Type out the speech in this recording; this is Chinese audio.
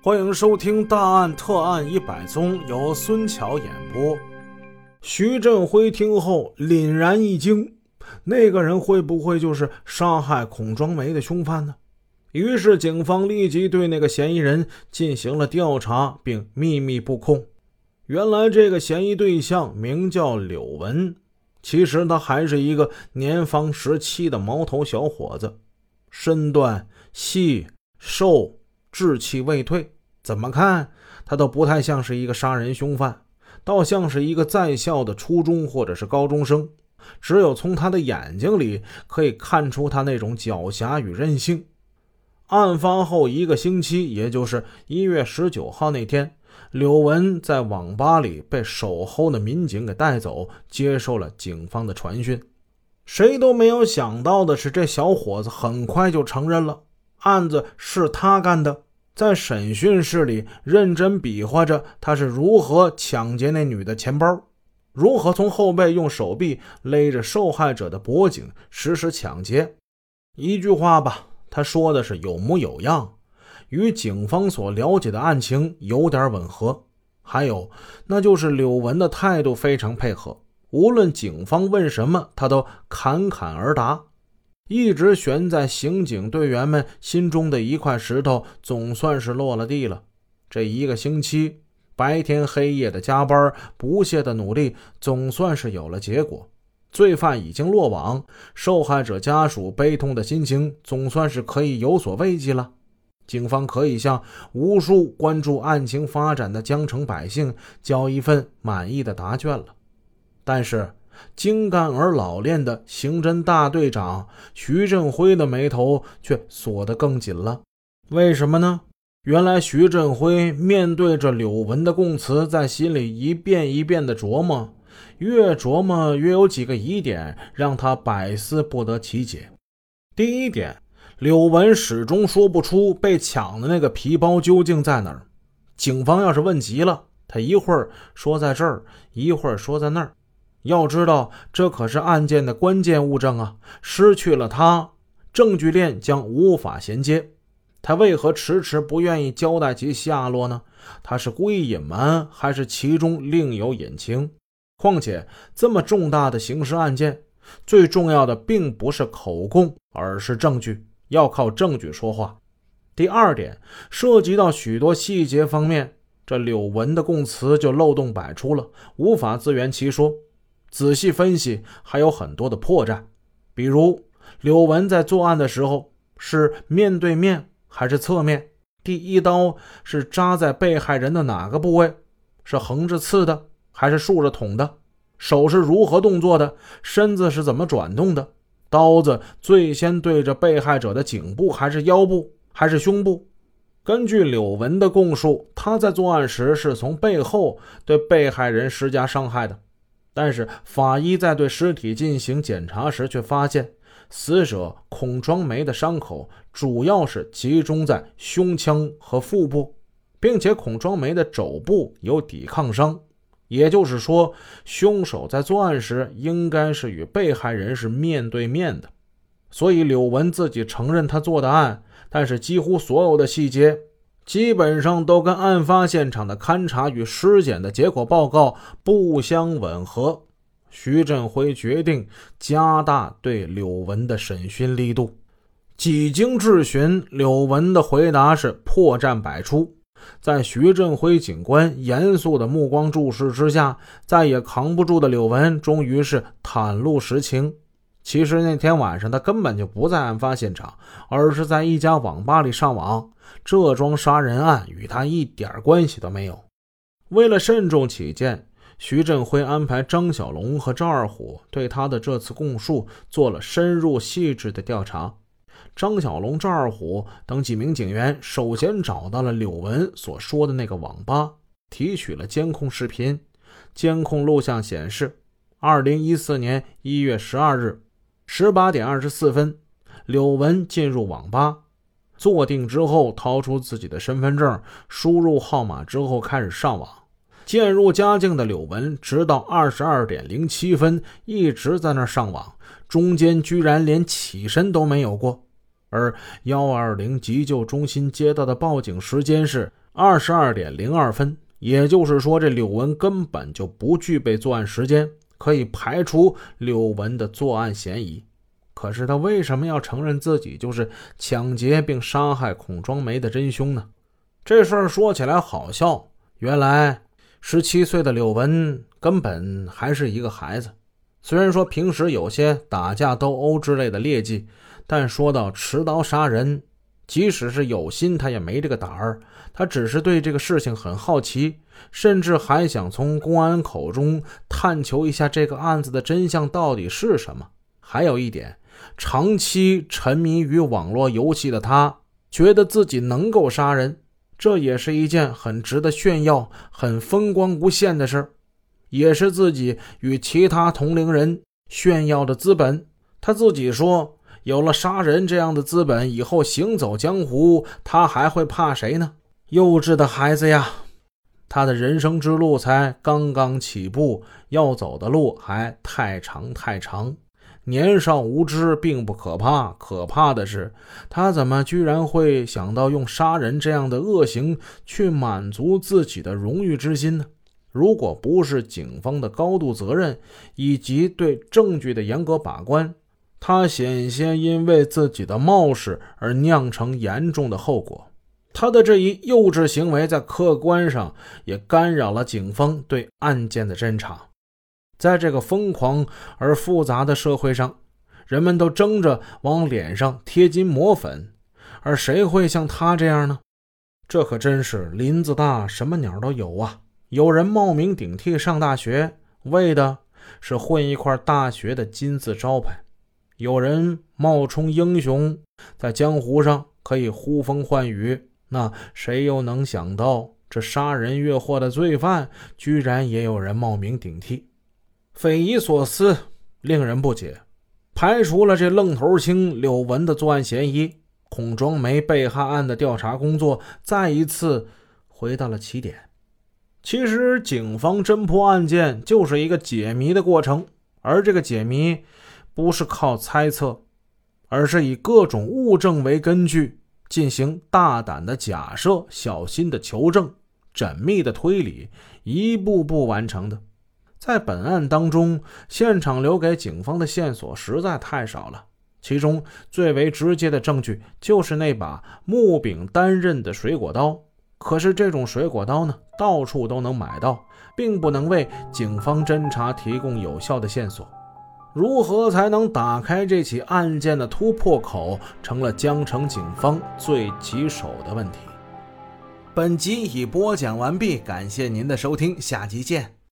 欢迎收听大案特案100宗，由孙桥演播。徐振辉听后凛然一惊，那个人会不会就是杀害孔庄梅的凶犯呢？于是警方立即对那个嫌疑人进行了调查，并秘密布控。原来这个嫌疑对象名叫柳文，其实他还是一个年方17的毛头小伙子，身段细瘦，稚气未退，怎么看他都不太像是一个杀人凶犯，倒像是一个在校的初中或者是高中生，只有从他的眼睛里可以看出他那种狡黠与任性。案发后1个星期，也就是1月19号那天，柳文在网吧里被守候的民警给带走，接受了警方的传讯。谁都没有想到的是，这小伙子很快就承认了案子是他干的，在审讯室里认真比划着他是如何抢劫那女的钱包，如何从后背用手臂勒着受害者的脖颈实施抢劫。一句话吧，他说的是有模有样，与警方所了解的案情有点吻合。还有，那就是柳文的态度非常配合，无论警方问什么，他都侃侃而答。一直悬在刑警队员们心中的一块石头总算是落了地了。这1个星期白天黑夜的加班，不懈的努力，总算是有了结果。罪犯已经落网，受害者家属悲痛的心情总算是可以有所慰藉了。警方可以向无数关注案情发展的江城百姓交一份满意的答卷了。但是精干而老练的刑侦大队长徐振辉的眉头却锁得更紧了。为什么呢？原来徐振辉面对着柳文的供词，在心里一遍一遍的琢磨，越琢磨越有几个疑点让他百思不得其解。第一点，柳文始终说不出被抢的那个皮包究竟在哪儿。警方要是问急了，他一会儿说在这儿，一会儿说在那儿。要知道，这可是案件的关键物证啊，失去了它，证据链将无法衔接。他为何迟迟不愿意交代其下落呢？他是故意隐瞒，还是其中另有隐情？况且这么重大的刑事案件，最重要的并不是口供，而是证据，要靠证据说话。第二点，涉及到许多细节方面，这柳文的供词就漏洞百出了，无法自圆其说。仔细分析还有很多的破绽，比如柳文在作案的时候是面对面还是侧面，第一刀是扎在被害人的哪个部位，是横着刺的还是竖着捅的，手是如何动作的，身子是怎么转动的，刀子最先对着被害者的颈部还是腰部还是胸部。根据柳文的供述，他在作案时是从背后对被害人施加伤害的，但是法医在对尸体进行检查时却发现，死者孔庄梅的伤口主要是集中在胸腔和腹部，并且孔庄梅的肘部有抵抗伤，也就是说，凶手在作案时应该是与被害人是面对面的。所以柳文自己承认他做的案，但是几乎所有的细节基本上都跟案发现场的勘查与尸检的结果报告不相吻合。徐振辉决定加大对柳文的审讯力度。几经质询，柳文的回答是破绽百出。在徐振辉警官严肃的目光注视之下，再也扛不住的柳文终于是袒露实情。其实那天晚上他根本就不在案发现场，而是在一家网吧里上网，这桩杀人案与他一点关系都没有。为了慎重起见，徐振辉安排张小龙和赵二虎对他的这次供述做了深入细致的调查。张小龙、赵二虎等几名警员首先找到了柳文所说的那个网吧，提取了监控视频。监控录像显示，2014年1月12日18点24分，柳文进入网吧，坐定之后掏出自己的身份证，输入号码之后开始上网。渐入佳境的柳文直到22点07分一直在那上网，中间居然连起身都没有过。而120急救中心接到的报警时间是 22:02，也就是说这柳文根本就不具备作案时间，可以排除柳文的作案嫌疑。可是他为什么要承认自己就是抢劫并杀害孔庄梅的真凶呢？这事儿说起来好笑，原来17岁的柳文根本还是一个孩子。虽然说平时有些打架斗殴之类的劣迹，但说到持刀杀人，即使是有心他也没这个胆儿。他只是对这个事情很好奇，甚至还想从公安口中探求一下这个案子的真相到底是什么。还有一点，长期沉迷于网络游戏的他觉得自己能够杀人，这也是一件很值得炫耀、很风光无限的事，也是自己与其他同龄人炫耀的资本。他自己说，有了杀人这样的资本，以后行走江湖，他还会怕谁呢？幼稚的孩子呀，他的人生之路才刚刚起步，要走的路还太长太长。年少无知并不可怕，可怕的是他怎么居然会想到用杀人这样的恶行去满足自己的荣誉之心呢？如果不是警方的高度责任以及对证据的严格把关，他险些因为自己的冒失而酿成严重的后果。他的这一幼稚行为在客观上也干扰了警方对案件的侦查。在这个疯狂而复杂的社会上，人们都争着往脸上贴金抹粉，而谁会像他这样呢？这可真是林子大什么鸟都有啊！有人冒名顶替上大学，为的是混一块大学的金字招牌；有人冒充英雄，在江湖上可以呼风唤雨，那谁又能想到这杀人越货的罪犯居然也有人冒名顶替？匪夷所思，令人不解。排除了这愣头青柳文的作案嫌疑，孔庄梅被害案的调查工作再一次回到了起点。其实警方侦破案件就是一个解谜的过程，而这个解谜不是靠猜测，而是以各种物证为根据，进行大胆的假设，小心的求证，缜密的推理，一步步完成的。在本案当中，现场留给警方的线索实在太少了，其中最为直接的证据就是那把木柄单刃的水果刀。可是这种水果刀呢，到处都能买到，并不能为警方侦查提供有效的线索。如何才能打开这起案件的突破口，成了江城警方最棘手的问题。本集已播讲完毕，感谢您的收听，下集见。